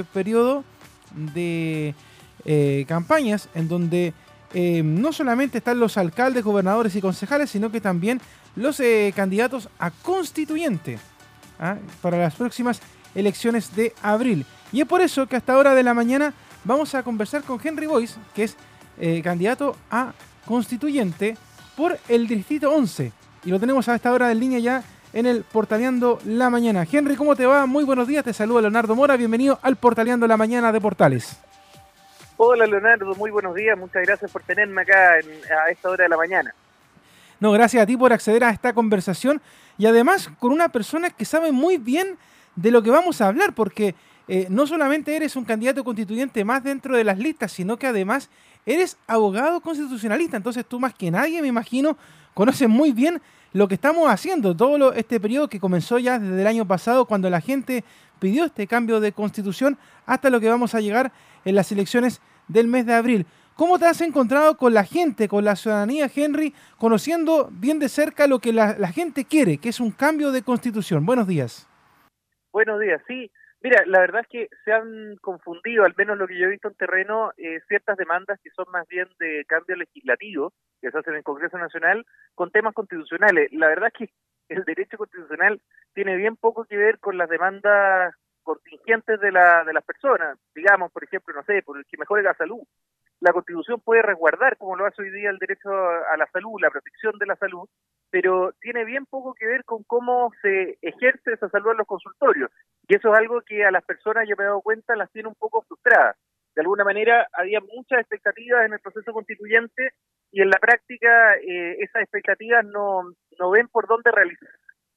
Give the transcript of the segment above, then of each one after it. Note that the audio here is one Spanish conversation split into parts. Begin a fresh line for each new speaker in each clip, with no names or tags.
periodo de campañas en donde no solamente están los alcaldes, gobernadores y concejales, sino que también los candidatos a constituyente para las próximas elecciones de abril. Y es por eso que hasta hora de la mañana vamos a conversar con Henry Boyce, que es candidato a constituyente por el Distrito 11. Y lo tenemos a esta hora en línea ya en el Portaleando la Mañana. Henry, ¿cómo te va? Muy buenos días, te saluda Leonardo Mora, bienvenido al Portaleando la Mañana de Portales.
Hola Leonardo, muy buenos días, muchas gracias por tenerme acá a esta hora de la mañana.
No, gracias a ti por acceder a esta conversación y además con una persona que sabe muy bien de lo que vamos a hablar, porque no solamente eres un candidato constituyente más dentro de las listas, sino que además eres abogado constitucionalista, entonces tú más que nadie, me imagino, conoces muy bien lo que estamos haciendo, este periodo que comenzó ya desde el año pasado, cuando la gente pidió este cambio de constitución, hasta lo que vamos a llegar en las elecciones del mes de abril. ¿Cómo te has encontrado con la gente, con la ciudadanía, Henry, conociendo bien de cerca lo que la gente quiere, que es un cambio de constitución? Buenos días.
Buenos días, sí. Mira, la verdad es que se han confundido, al menos lo que yo he visto en terreno, ciertas demandas que son más bien de cambio legislativo, que se hacen en el Congreso Nacional, con temas constitucionales. La verdad es que el derecho constitucional tiene bien poco que ver con las demandas contingentes de las personas. Digamos, por ejemplo, no sé, por el que mejore la salud. La Constitución puede resguardar, como lo hace hoy día, el derecho a la salud, la protección de la salud, pero tiene bien poco que ver con cómo se ejerce esa salud en los consultorios. Y eso es algo que a las personas, yo me he dado cuenta, las tiene un poco frustradas. De alguna manera, había muchas expectativas en el proceso constituyente y en la práctica esas expectativas no ven por dónde realizar.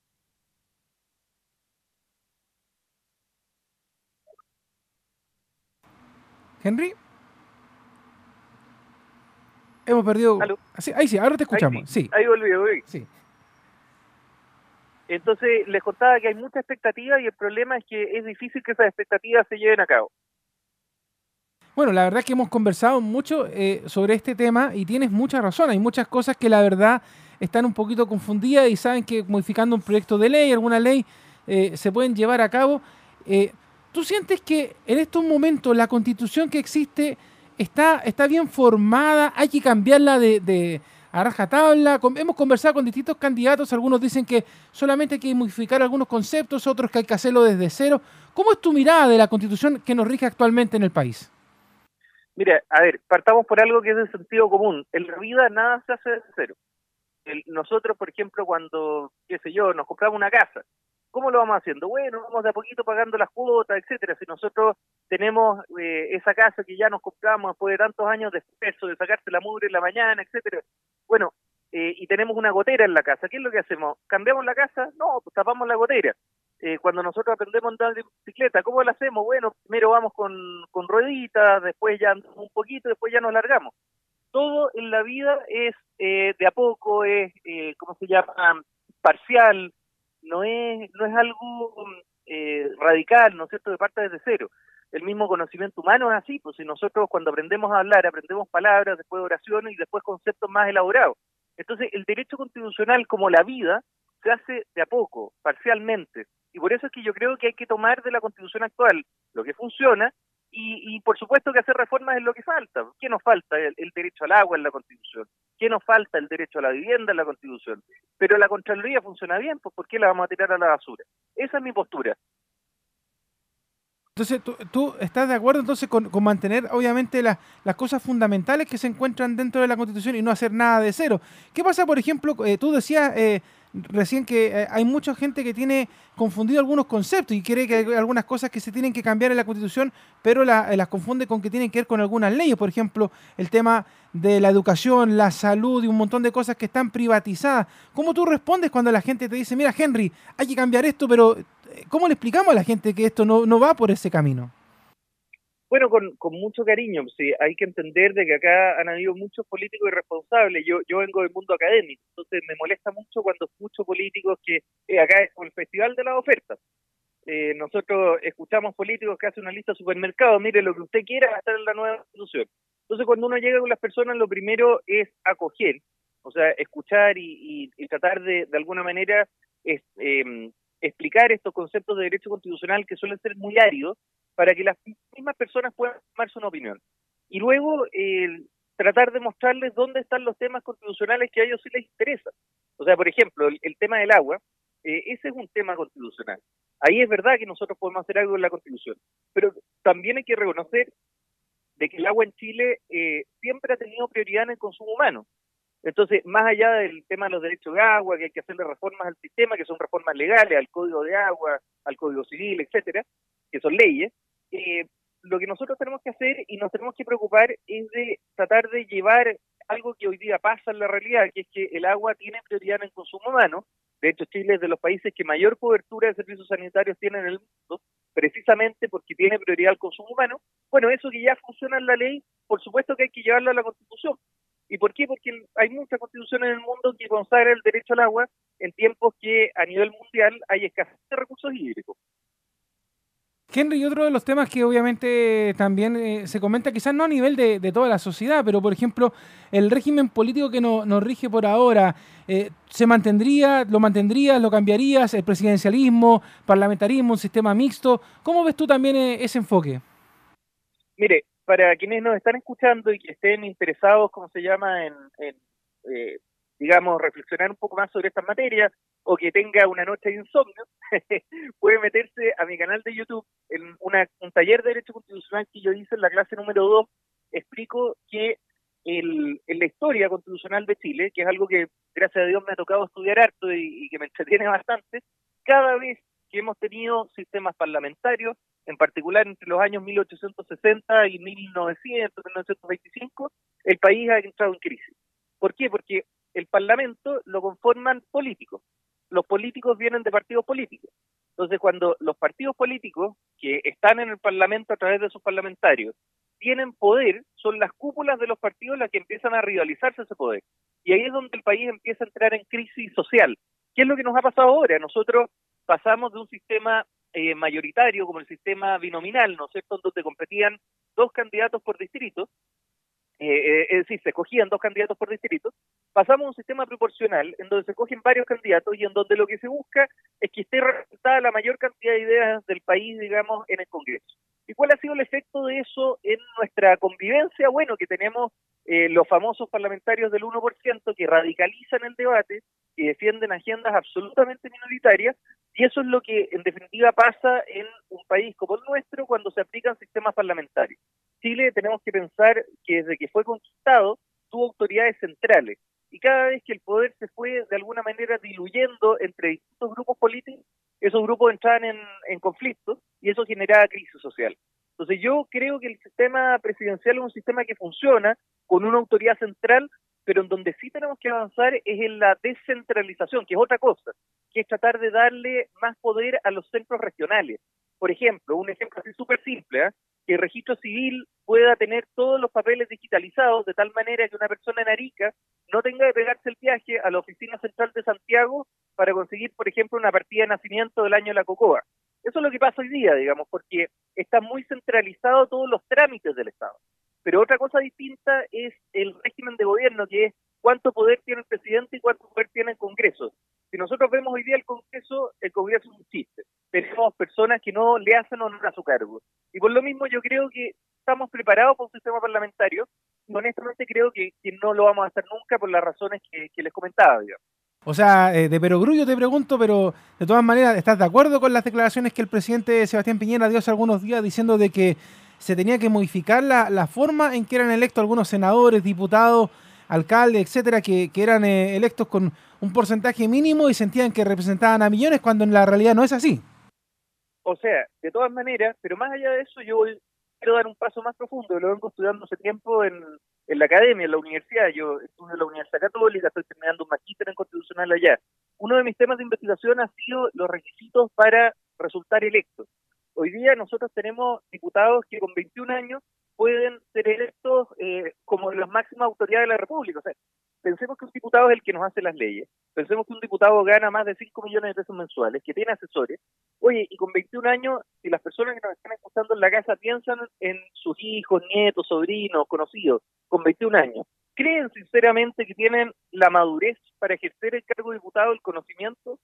Henry, hemos perdido...
¿Aló?
Ahí sí, ahora te escuchamos. Sí.
Ahí volví, volví.
Sí.
Entonces, les contaba que hay mucha expectativa y el problema es que es difícil que esas expectativas se lleven a cabo.
Bueno, la verdad es que hemos conversado mucho sobre este tema y tienes mucha razón. Hay muchas cosas que la verdad están un poquito confundidas y saben que modificando un proyecto de ley, alguna ley, se pueden llevar a cabo. ¿Tú sientes que en estos momentos la constitución que existe está bien formada? ¿Hay que cambiarla de a rajatabla? Hemos conversado con distintos candidatos. Algunos dicen que solamente hay que modificar algunos conceptos, otros que hay que hacerlo desde cero. ¿Cómo es tu mirada de la constitución que nos rige actualmente en el país?
Mira, a ver, partamos por algo que es de sentido común. En la vida nada se hace desde cero. Nosotros, por ejemplo, cuando, qué sé yo, nos compramos una casa, ¿cómo lo vamos haciendo? Bueno, vamos de a poquito pagando las cuotas, etcétera. Si nosotros tenemos esa casa que ya nos compramos después de tantos años de esfuerzo, de sacarse la mugre en la mañana, etcétera. Bueno, y tenemos una gotera en la casa, ¿qué es lo que hacemos? ¿Cambiamos la casa? No, pues tapamos la gotera. Cuando nosotros aprendemos a andar de bicicleta, ¿cómo lo hacemos? Bueno, primero vamos con rueditas, después ya andamos un poquito, después ya nos largamos. Todo en la vida es de a poco, es, ¿cómo se llama? Parcial, no es algo radical, ¿no es cierto?, de parte desde cero. El mismo conocimiento humano es así, pues si nosotros cuando aprendemos a hablar, aprendemos palabras, después oraciones y después conceptos más elaborados. Entonces, el derecho constitucional, como la vida, se hace de a poco, parcialmente. Y por eso es que yo creo que hay que tomar de la Constitución actual lo que funciona y por supuesto que hacer reformas es lo que falta. ¿Qué nos falta? El derecho al agua en la Constitución. ¿Qué nos falta? El derecho a la vivienda en la Constitución. Pero la Contraloría funciona bien, pues ¿por qué la vamos a tirar a la basura? Esa es mi postura.
Entonces, ¿tú estás de acuerdo entonces con mantener, obviamente, las cosas fundamentales que se encuentran dentro de la Constitución y no hacer nada de cero? ¿Qué pasa, por ejemplo, tú decías recién que hay mucha gente que tiene confundido algunos conceptos y cree que hay algunas cosas que se tienen que cambiar en la Constitución, pero las confunde con que tienen que ver con algunas leyes? Por ejemplo, el tema de la educación, la salud y un montón de cosas que están privatizadas. ¿Cómo tú respondes cuando la gente te dice, mira, Henry, hay que cambiar esto, pero ¿cómo le explicamos a la gente que esto no va por ese camino?
Bueno, con mucho cariño, sí, hay que entender de que acá han habido muchos políticos irresponsables. Yo vengo del mundo académico, entonces me molesta mucho cuando escucho políticos que acá es como el festival de las ofertas. Nosotros escuchamos políticos que hacen una lista de supermercados, mire, lo que usted quiera va a estar en la nueva constitución. Entonces, cuando uno llega con las personas, lo primero es acoger, o sea, escuchar y tratar de alguna manera es, explicar estos conceptos de derecho constitucional que suelen ser muy áridos para que las mismas personas puedan tomarse una opinión. Y luego tratar de mostrarles dónde están los temas constitucionales que a ellos sí les interesan. O sea, por ejemplo, el tema del agua, ese es un tema constitucional. Ahí es verdad que nosotros podemos hacer algo en la Constitución, pero también hay que reconocer de que el agua en Chile siempre ha tenido prioridad en el consumo humano. Entonces, más allá del tema de los derechos de agua, que hay que hacerle reformas al sistema, que son reformas legales, al Código de Agua, al Código Civil, etcétera, que son leyes, lo que nosotros tenemos que hacer y nos tenemos que preocupar es de tratar de llevar algo que hoy día pasa en la realidad, que es que el agua tiene prioridad en el consumo humano. De hecho, Chile es de los países que mayor cobertura de servicios sanitarios tiene en el mundo, precisamente porque tiene prioridad al consumo humano. Bueno, eso que ya funciona en la ley, por supuesto que hay que llevarlo a la Constitución. ¿Y por qué? Porque hay muchas constituciones en el mundo que consagran el derecho al agua en tiempos que a nivel mundial hay escasez de recursos hídricos.
Henry, y otro de los temas que obviamente también se comenta, quizás no a nivel de toda la sociedad, pero por ejemplo, el régimen político que nos rige por ahora, ¿se mantendría, lo cambiarías, el presidencialismo, parlamentarismo, un sistema mixto? ¿Cómo ves tú también ese enfoque?
Mire, para quienes nos están escuchando y que estén interesados, ¿cómo se llama?, en digamos, reflexionar un poco más sobre estas materias, o que tenga una noche de insomnio, puede meterse a mi canal de YouTube en un taller de Derecho Constitucional que yo hice en la clase número 2. Explico que en la historia constitucional de Chile, que es algo que gracias a Dios me ha tocado estudiar harto y que me entretiene bastante, cada vez que hemos tenido sistemas parlamentarios, en particular entre los años 1860 y 1900, 1925, el país ha entrado en crisis. ¿Por qué? Porque el Parlamento lo conforman políticos. Los políticos vienen de partidos políticos. Entonces, cuando los partidos políticos que están en el Parlamento a través de sus parlamentarios tienen poder, son las cúpulas de los partidos las que empiezan a rivalizarse ese poder. Y ahí es donde el país empieza a entrar en crisis social. ¿Qué es lo que nos ha pasado ahora? Nosotros pasamos de un sistema mayoritario, como el sistema binominal, ¿no es cierto?, donde competían dos candidatos por distrito, es decir, se escogían dos candidatos por distrito, pasamos a un sistema proporcional en donde se escogen varios candidatos y en donde lo que se busca es que esté representada la mayor cantidad de ideas del país, digamos, en el Congreso. ¿Y cuál ha sido el efecto de eso en nuestra convivencia? Bueno, que tenemos los famosos parlamentarios del 1% que radicalizan el debate, que defienden agendas absolutamente minoritarias, y eso es lo que en definitiva pasa en un país como el nuestro cuando se aplican sistemas parlamentarios. Chile, tenemos que pensar que desde que fue conquistado tuvo autoridades centrales, y cada vez que el poder se fue de alguna manera diluyendo entre distintos grupos políticos, esos grupos entraban en conflicto y eso generaba crisis social. Entonces yo creo que el sistema presidencial es un sistema que funciona con una autoridad central, pero en donde sí tenemos que avanzar es en la descentralización, que es otra cosa, que es tratar de darle más poder a los centros regionales. Por ejemplo, un ejemplo así súper simple, que el registro civil pueda tener todos los papeles digitalizados de tal manera que una persona en Arica no tenga que pegarse el viaje a la oficina central de Santiago para conseguir, por ejemplo, una partida de nacimiento del año de la Cocoa. Eso es lo que pasa hoy día, digamos, porque está muy centralizado todos los trámites del Estado. Pero otra cosa distinta es el régimen de gobierno, que es cuánto poder tiene el presidente y cuánto poder tiene el Congreso. Si nosotros vemos hoy día el Congreso es un chiste. Tenemos personas que no le hacen honor a su cargo. Y por lo mismo yo creo que estamos preparados para un sistema parlamentario, y honestamente creo que no lo vamos a hacer nunca por las razones que les comentaba, digamos.
O sea, de perogrullo te pregunto, pero de todas maneras, ¿estás de acuerdo con las declaraciones que el presidente Sebastián Piñera dio hace algunos días diciendo de que se tenía que modificar la forma en que eran electos algunos senadores, diputados, alcaldes, etcétera, que eran electos con un porcentaje mínimo y sentían que representaban a millones cuando en la realidad no es así?
O sea, de todas maneras, pero más allá de eso, quiero dar un paso más profundo. Lo vengo estudiando hace tiempo en la academia, en la universidad. Yo estudio en la Universidad Católica, estoy terminando un magíster en constitucional allá. Uno de mis temas de investigación ha sido los requisitos para resultar electos. Hoy día nosotros tenemos diputados que con 21 años pueden ser electos como las máximas autoridades de la República. O sea, pensemos que un diputado es el que nos hace las leyes. Pensemos que un diputado gana más de 5 millones de pesos mensuales, que tiene asesores. Oye, y con 21 años, si las personas que nos están escuchando en la casa piensan en sus hijos, nietos, sobrinos, conocidos, con 21 años, ¿creen sinceramente que tienen la madurez para ejercer el cargo de diputado, el conocimiento?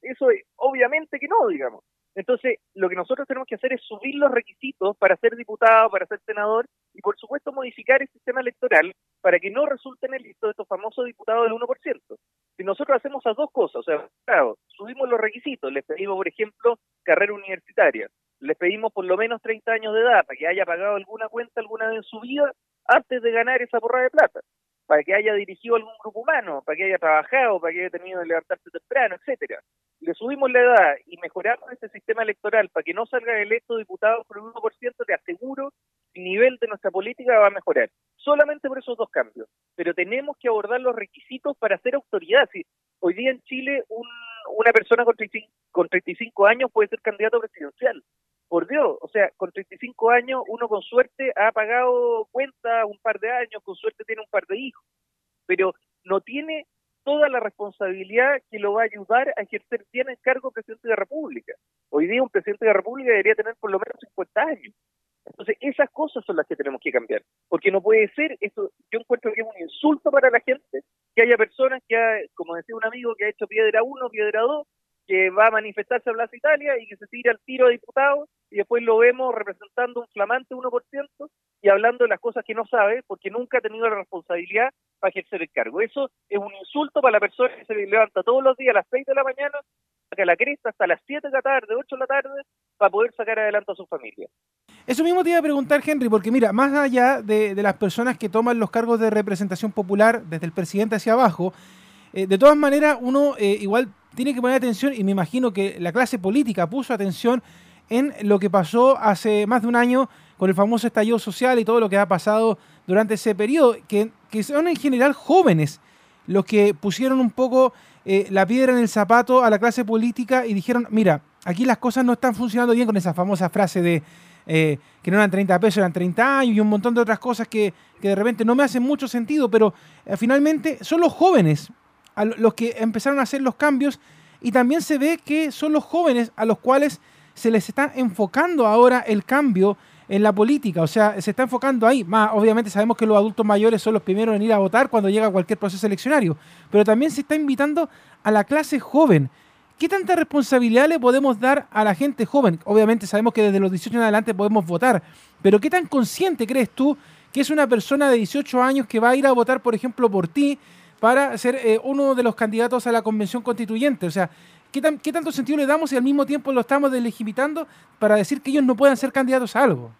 Eso obviamente que no, digamos. Entonces, lo que nosotros tenemos que hacer es subir los requisitos para ser diputado, para ser senador, y por supuesto modificar el sistema electoral para que no resulten electos estos famosos diputados del 1%. Si nosotros hacemos esas dos cosas, o sea, claro, subimos los requisitos, les pedimos, por ejemplo, carrera universitaria, les pedimos por lo menos 30 años de edad para que haya pagado alguna cuenta alguna vez en su vida antes de ganar esa porra de plata, para que haya dirigido algún grupo humano, para que haya trabajado, para que haya tenido que levantarse temprano, etcétera. Le subimos la edad y mejoramos este sistema electoral para que no salgan electos diputados por el 1%, te aseguro que el nivel de nuestra política va a mejorar. Solamente por esos dos cambios. Pero tenemos que abordar los requisitos para ser autoridad. Si hoy día en Chile una persona con 35 años puede ser candidato presidencial. Por Dios, o sea, con 35 años uno con suerte ha pagado cuenta un par de años, con suerte tiene un par de hijos, pero no tiene toda la responsabilidad que lo va a ayudar a ejercer bien el cargo de presidente de la República. Hoy día un presidente de la República debería tener por lo menos 50 años. Entonces, esas cosas son las que tenemos que cambiar, porque no puede ser, esto, yo encuentro que es un insulto para la gente, que haya personas que, como decía un amigo, que ha hecho piedra 1, piedra 2, que va a manifestarse a Plaza Italia y que se tira al tiro a diputado y después lo vemos representando un flamante 1% y hablando de las cosas que no sabe porque nunca ha tenido la responsabilidad para ejercer el cargo. Eso es un insulto para la persona que se levanta todos los días a las 6 de la mañana, saca la cresta hasta las 7 de la tarde, 8 de la tarde, para poder sacar adelante a su familia.
Eso mismo te iba a preguntar, Henry, porque mira, más allá de las personas que toman los cargos de representación popular, desde el presidente hacia abajo, de todas maneras uno igual tiene que poner atención, y me imagino que la clase política puso atención en lo que pasó hace más de un año con el famoso estallido social y todo lo que ha pasado durante ese periodo, que son en general jóvenes los que pusieron un poco la piedra en el zapato a la clase política y dijeron, mira, aquí las cosas no están funcionando bien, con esa famosa frase de que no eran 30 pesos, eran 30 años y un montón de otras cosas que de repente no me hacen mucho sentido, pero finalmente son los jóvenes los que empezaron a hacer los cambios, y también se ve que son los jóvenes a los cuales se les está enfocando ahora el cambio en la política, o sea, se está enfocando ahí. Más, obviamente sabemos que los adultos mayores son los primeros en ir a votar cuando llega cualquier proceso eleccionario, pero también se está invitando a la clase joven. ¿Qué tanta responsabilidad le podemos dar a la gente joven? Obviamente sabemos que desde los 18 en adelante podemos votar, pero ¿qué tan consciente crees tú que es una persona de 18 años que va a ir a votar, por ejemplo, por ti, para ser uno de los candidatos a la convención constituyente? O sea, ¿qué tanto sentido le damos y al mismo tiempo lo estamos deslegitimando para decir que ellos no puedan ser candidatos a algo?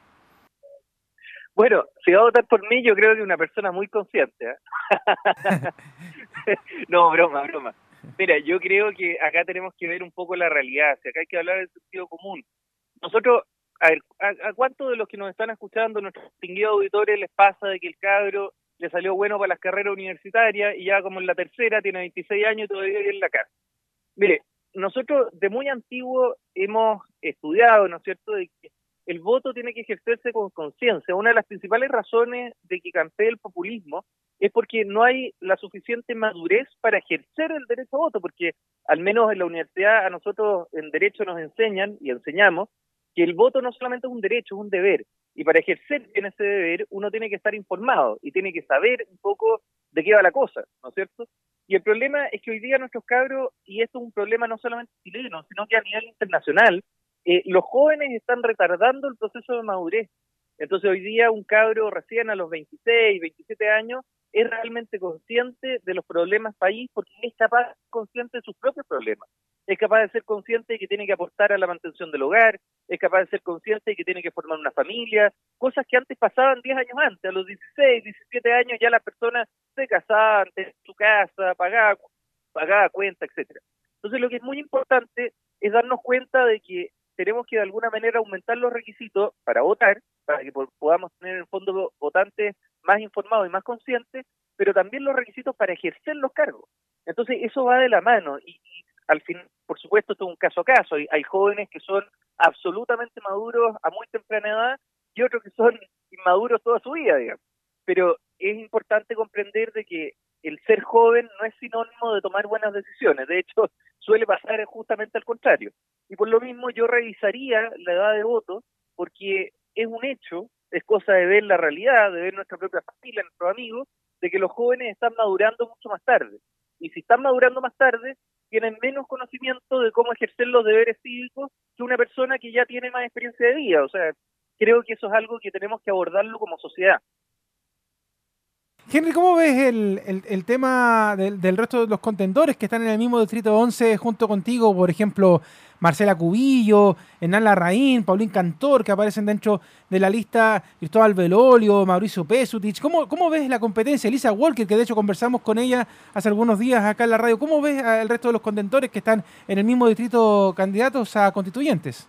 Bueno, si va a votar por mí, yo creo que una persona muy consciente. ¿Eh? No, broma, broma. Mira, yo creo que acá tenemos que ver un poco la realidad, acá hay que hablar del sentido común. Nosotros, a ver, ¿a cuántos de los que nos están escuchando, nuestros distinguidos auditores, les pasa de que el cabro le salió bueno para las carreras universitarias y ya como en la tercera tiene 26 años y todavía vive en la casa? Mire, nosotros de muy antiguo hemos estudiado, ¿no es cierto?, de que el voto tiene que ejercerse con conciencia. Una de las principales razones de que campee el populismo es porque no hay la suficiente madurez para ejercer el derecho a voto, porque al menos en la universidad a nosotros en Derecho nos enseñan y enseñamos que el voto no solamente es un derecho, es un deber. Y para ejercer en ese deber uno tiene que estar informado y tiene que saber un poco de qué va la cosa, ¿no es cierto? Y el problema es que hoy día nuestros cabros, y esto es un problema no solamente chileno, sino que a nivel internacional, los jóvenes están retardando el proceso de madurez. Entonces hoy día un cabro recién a los 26, 27 años es realmente consciente de los problemas país porque es capaz de ser consciente de sus propios problemas. Es capaz de ser consciente de que tiene que aportar a la mantención del hogar, es capaz de ser consciente de que tiene que formar una familia, cosas que antes pasaban 10 años antes. A los 16, 17 años ya las personas se casaban, tenían su casa, pagaba cuenta, etcétera. Entonces lo que es muy importante es darnos cuenta de que tenemos que de alguna manera aumentar los requisitos para votar, para que podamos tener en el fondo votantes más informados y más conscientes, pero también los requisitos para ejercer los cargos. Entonces eso va de la mano y al fin, por supuesto, esto es un caso a caso. Hay jóvenes que son absolutamente maduros a muy temprana edad y otros que son inmaduros toda su vida, digamos. Pero es importante comprender de que el ser joven no es sinónimo de tomar buenas decisiones. De hecho, suele pasar justamente al contrario. Y por lo mismo yo revisaría la edad de voto porque es un hecho, es cosa de ver la realidad, de ver nuestra propia familia, nuestros amigos, de que los jóvenes están madurando mucho más tarde. Y si están madurando más tarde, tienen menos conocimiento de cómo ejercer los deberes cívicos que una persona que ya tiene más experiencia de vida. O sea, creo que eso es algo que tenemos que abordarlo como sociedad.
Henry, ¿cómo ves el tema del resto de los contendores que están en el mismo Distrito 11 junto contigo? Por ejemplo, Marcela Cubillo, Hernán Larraín, Paulín Cantor, que aparecen dentro de la lista, Cristóbal Belolio, Mauricio Pesutich. ¿Cómo ves la competencia? Elisa Walker, que de hecho conversamos con ella hace algunos días acá en la radio. ¿Cómo ves al resto de los contendores que están en el mismo distrito candidatos a constituyentes?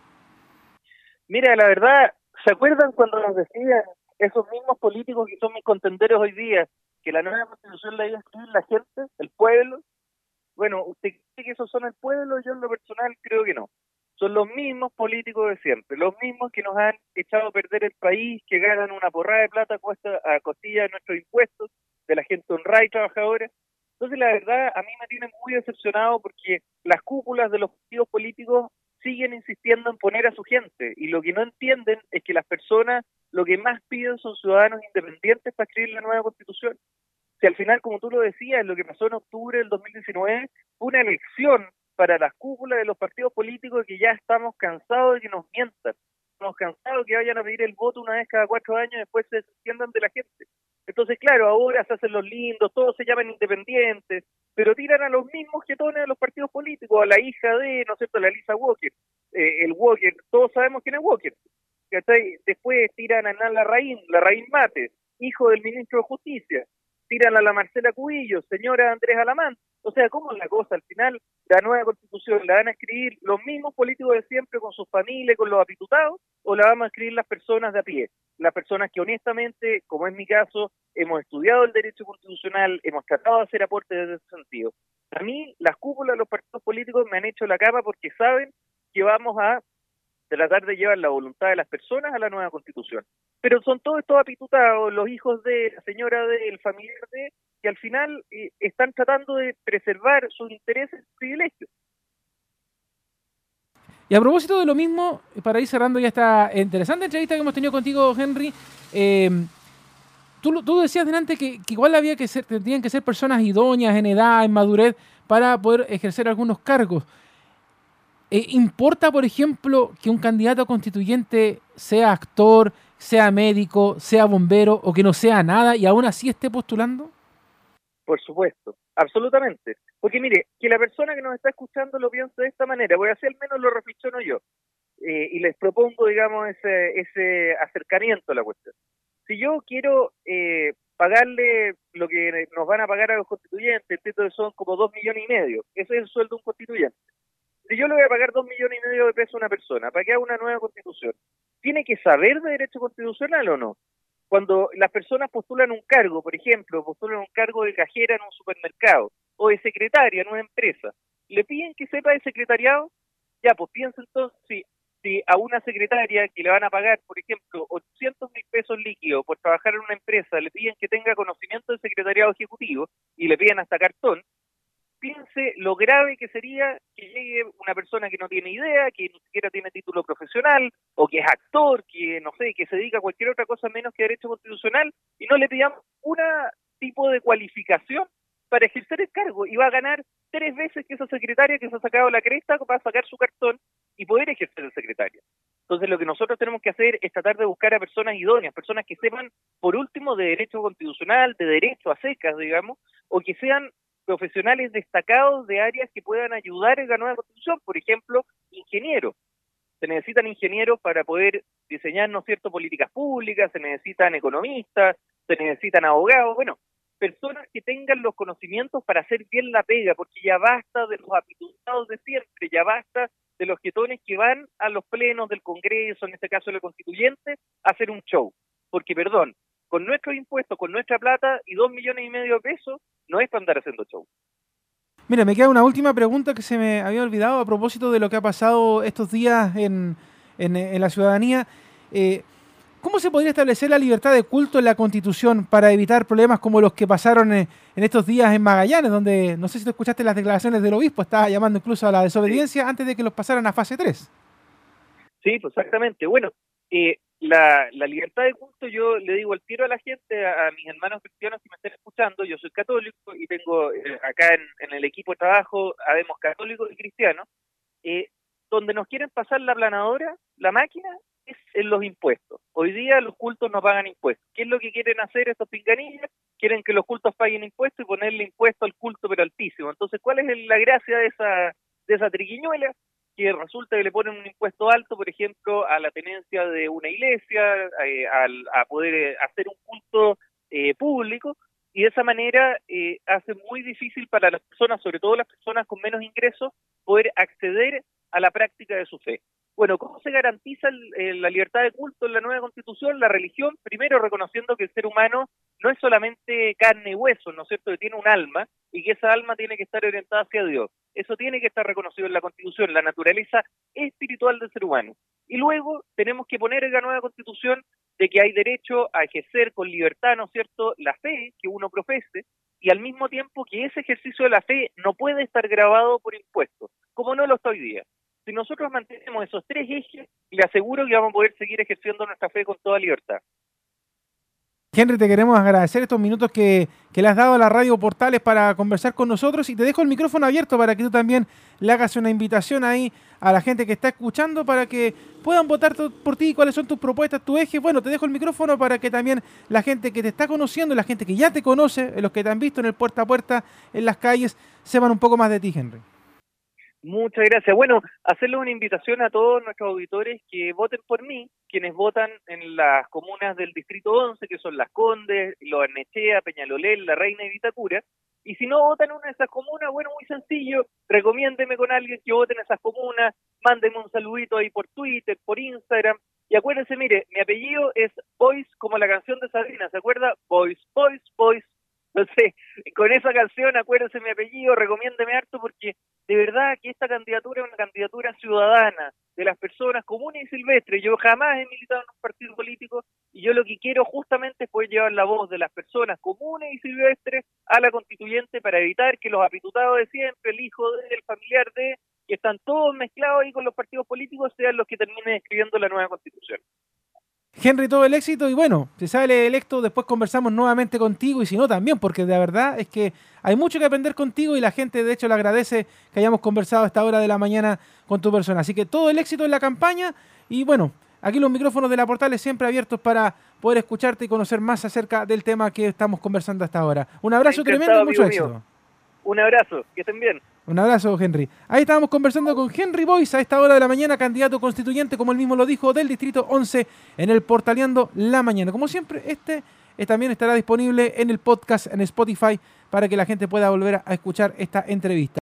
Mira, la verdad, ¿se acuerdan cuando nos decían esos mismos políticos que son mis contendores hoy día, que la nueva constitución la iba a escribir la gente, el pueblo? Bueno, ¿usted cree que esos son el pueblo? Yo en lo personal creo que no. Son los mismos políticos de siempre, los mismos que nos han echado a perder el país, que ganan una porrada de plata a costilla de nuestros impuestos, de la gente honrada y trabajadora. Entonces, la verdad, a mí me tiene muy decepcionado porque las cúpulas de los partidos políticos siguen insistiendo en poner a su gente, y lo que no entienden es que las personas lo que más piden son ciudadanos independientes para escribir la nueva constitución. Si al final, como tú lo decías, lo que pasó en octubre del 2019 fue una elección para las cúpulas de los partidos políticos, que ya estamos cansados de que nos mientan, estamos cansados de que vayan a pedir el voto una vez cada 4 años y después se desentiendan de la gente. Entonces, claro, ahora se hacen los lindos, todos se llaman independientes, pero tiran a los mismos jetones de los partidos políticos, a la hija de, ¿no es cierto?, la Lisa Walker, el Walker, todos sabemos quién es Walker, ¿cachai? Después tiran a Hernán Larraín Mate, hijo del ministro de Justicia, tiran a la Marcela Cubillo, señora Andrés Alamán. O sea, ¿cómo es la cosa? Al final, la nueva constitución la van a escribir los mismos políticos de siempre con sus familias, con los apitutados, o la vamos a escribir las personas de a pie, las personas que honestamente, como es mi caso, hemos estudiado el derecho constitucional, hemos tratado de hacer aportes desde ese sentido. A mí, las cúpulas de los partidos políticos me han hecho la cama porque saben que vamos a tratar de llevar la voluntad de las personas a la nueva constitución. Pero son todos estos apitutados, los hijos de, la señora de, el familiar de, que al final están tratando de preservar sus intereses y privilegios.
Y a propósito de lo mismo, para ir cerrando ya esta interesante entrevista que hemos tenido contigo, Henry, tú decías delante que igual tendrían que ser personas idóneas en edad, en madurez, para poder ejercer algunos cargos. ¿Importa, por ejemplo, que un candidato constituyente sea actor, sea médico, sea bombero o que no sea nada y aún así esté postulando?
Por supuesto, absolutamente. Porque mire, que la persona que nos está escuchando lo piense de esta manera, voy a hacer al menos lo reflexiono yo, y les propongo, digamos, ese acercamiento a la cuestión. Si yo quiero pagarle lo que nos van a pagar a los constituyentes, son como 2,5 millones, ese es el sueldo de un constituyente. Si yo le voy a pagar 2,5 millones de pesos a una persona para que haga una nueva constitución, ¿tiene que saber de derecho constitucional o no? Cuando las personas postulan un cargo, por ejemplo, postulan un cargo de cajera en un supermercado o de secretaria en una empresa, ¿le piden que sepa de secretariado? Ya, pues piensa entonces, si a una secretaria que le van a pagar, por ejemplo, 800,000 pesos líquidos por trabajar en una empresa, le piden que tenga conocimiento de secretariado ejecutivo y le piden hasta cartón, piense lo grave que sería que llegue una persona que no tiene idea, que ni siquiera tiene título profesional, o que es actor, que no sé, que se dedica a cualquier otra cosa menos que derecho constitucional, y no le pidamos un tipo de cualificación para ejercer el cargo, y va a ganar 3 veces que esa secretaria que se ha sacado la cresta para sacar su cartón y poder ejercer el secretario. Entonces lo que nosotros tenemos que hacer es tratar de buscar a personas idóneas, personas que sepan, por último, de derecho constitucional, de derecho a secas, digamos, o que sean profesionales destacados de áreas que puedan ayudar en la nueva constitución, por ejemplo, ingenieros. Se necesitan ingenieros para poder diseñar, ¿no es cierto?, políticas públicas, se necesitan economistas, se necesitan abogados, bueno, personas que tengan los conocimientos para hacer bien la pega, porque ya basta de los apitutados de siempre, ya basta de los jetones que van a los plenos del Congreso, en este caso del Constituyente, a hacer un show. Porque, perdón, con nuestros impuestos, con nuestra plata y 2,5 millones de pesos, no es para andar haciendo show.
Mira, me queda una última pregunta que se me había olvidado a propósito de lo que ha pasado estos días en la ciudadanía. ¿Cómo se podría establecer la libertad de culto en la Constitución para evitar problemas como los que pasaron en estos días en Magallanes, donde, no sé si tú escuchaste las declaraciones del obispo, estaba llamando incluso a la desobediencia antes de que los pasaran a fase 3?
Sí, pues exactamente. Bueno, la libertad de culto, yo le digo al tiro a la gente, a mis hermanos cristianos que me estén escuchando, yo soy católico y tengo acá en el equipo de trabajo, habemos católicos y cristianos, eh, donde nos quieren pasar la planadora, la máquina, es en los impuestos. Hoy día los cultos no pagan impuestos. ¿Qué es lo que quieren hacer estos pinganillas? Quieren que los cultos paguen impuestos y ponerle impuesto al culto, pero altísimo. Entonces, ¿cuál es la gracia de esa triquiñuela? Que resulta que le ponen un impuesto alto, por ejemplo, a la tenencia de una iglesia, a poder hacer un culto público, y de esa manera hace muy difícil para las personas, sobre todo las personas con menos ingresos, poder acceder a la práctica de su fe. Bueno, ¿cómo se garantiza la libertad de culto en la nueva Constitución? La religión, primero reconociendo que el ser humano no es solamente carne y hueso, ¿no es cierto?, que tiene un alma y que esa alma tiene que estar orientada hacia Dios. Eso tiene que estar reconocido en la Constitución, la naturaleza espiritual del ser humano. Y luego tenemos que poner en la nueva Constitución de que hay derecho a ejercer con libertad, ¿no es cierto?, la fe que uno profese, y al mismo tiempo que ese ejercicio de la fe no puede estar grabado por impuestos, como no lo está hoy día. Si nosotros mantenemos esos tres ejes, le aseguro que vamos a poder seguir ejerciendo nuestra fe con toda libertad.
Henry, te queremos agradecer estos minutos que le has dado a la Radio Portales para conversar con nosotros, y te dejo el micrófono abierto para que tú también le hagas una invitación ahí a la gente que está escuchando para que puedan votar por ti, cuáles son tus propuestas, tu eje. Bueno, te dejo el micrófono para que también la gente que te está conociendo, la gente que ya te conoce, los que te han visto en el puerta a puerta, en las calles, sepan un poco más de ti, Henry.
Muchas gracias. Bueno, hacerle una invitación a todos nuestros auditores que voten por mí, quienes votan en las comunas del Distrito 11, que son Las Condes, Los Barnechea, Peñalolén, La Reina y Vitacura. Y si no votan en una de esas comunas, bueno, muy sencillo, recomiéndeme con alguien que vote en esas comunas, mándenme un saludito ahí por Twitter, por Instagram. Y acuérdense, mire, mi apellido es Boyce, como la canción de Sabrina, ¿se acuerda? Boyce, Boyce, Boyce. Entonces, con esa canción, acuérdense mi apellido, recomiéndeme harto, porque de verdad que esta candidatura es una candidatura ciudadana, de las personas comunes y silvestres. Yo jamás he militado en un partido político, y yo lo que quiero justamente es poder llevar la voz de las personas comunes y silvestres a la constituyente para evitar que los apitutados de siempre, el hijo del familiar de, que están todos mezclados ahí con los partidos políticos, sean los que terminen escribiendo la nueva constitución.
Henry, todo el éxito, y bueno, si sale electo después conversamos nuevamente contigo, y si no también, porque de verdad es que hay mucho que aprender contigo y la gente de hecho le agradece que hayamos conversado a esta hora de la mañana con tu persona. Así que todo el éxito en la campaña, y bueno, aquí los micrófonos de la Portales siempre abiertos para poder escucharte y conocer más acerca del tema que estamos conversando hasta ahora. Un abrazo
Encantado,
tremendo y mucho éxito.
mío. Un abrazo, que estén bien.
Un abrazo, Henry. Ahí estábamos conversando con Henry Boyce a esta hora de la mañana, candidato constituyente, como él mismo lo dijo, del Distrito 11 en el Portaleando la Mañana. Como siempre, también estará disponible en el podcast, en Spotify, para que la gente pueda volver a escuchar esta entrevista.